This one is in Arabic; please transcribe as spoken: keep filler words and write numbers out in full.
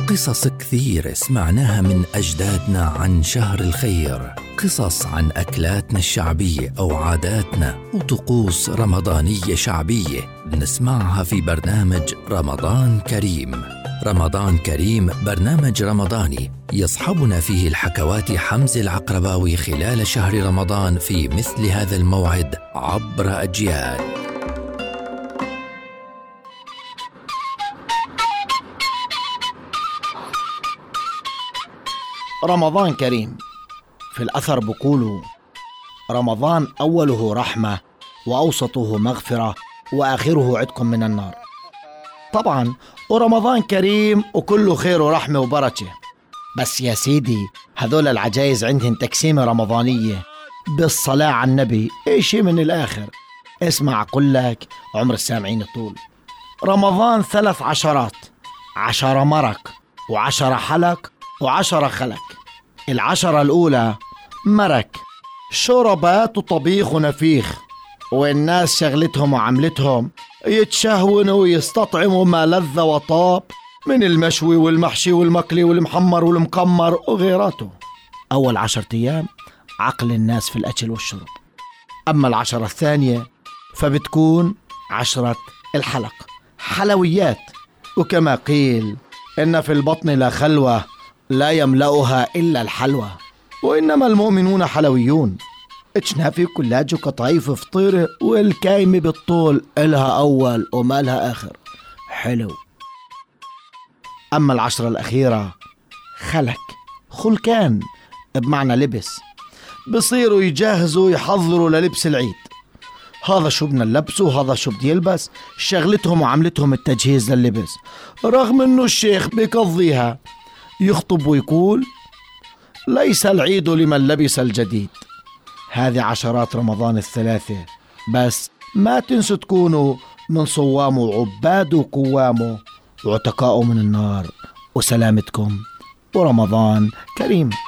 قصص كثير سمعناها من أجدادنا عن شهر الخير، قصص عن أكلاتنا الشعبية أو عاداتنا وطقوس رمضانية شعبية بنسمعها في برنامج رمضان كريم. رمضان كريم برنامج رمضاني يصحبنا فيه الحكواتي حمزة العقرباوي خلال شهر رمضان في مثل هذا الموعد عبر أجيال. رمضان كريم. في الأثر بقولوا رمضان أوله رحمة وأوسطه مغفرة وآخره عتق من النار. طبعا ورمضان كريم وكله خير ورحمة وبركة. بس يا سيدي هذول العجايز عندهم تقسيمة رمضانية بالصلاة على النبي، إيشي من الآخر. اسمع أقول لك عمر السامعين طول. رمضان ثلاث عشرات، عشرة مرق وعشرة حلق وعشرة خلق. العشرة الأولى مرق، شربات وطبيخ ونفيخ، والناس شغلتهم وعملتهم يتشهونوا ويستطعموا ما لذ وطاب من المشوي والمحشي والمقلي والمحمر والمقمر وغيراته. أول عشرة أيام عقل الناس في الأكل والشرب. أما العشرة الثانية فبتكون عشرة الحلق، حلويات. وكما قيل إن في البطن لا خلوة لا يملأها إلا الحلوى، وإنما المؤمنون حلويون. اتشنافي كلاجو قطايف فطيرة والكايمة بالطول إلها أول وما لها آخر، حلو. أما العشرة الأخيرة خلك، خلكان بمعنى لبس، بصيروا يجهزوا يحضروا للبس العيد. هذا شو بدنا نلبسه وهذا شو بده يلبس، شغلتهم وعملتهم التجهيز لللبس. رغم انه الشيخ بيقضيها يخطب ويقول ليس العيد لمن لبس الجديد. هذه عشرات رمضان الثلاثة. بس ما تنسوا تكونوا من صوامه وعباده وقوامه وعتقاءه من النار. وسلامتكم ورمضان كريم.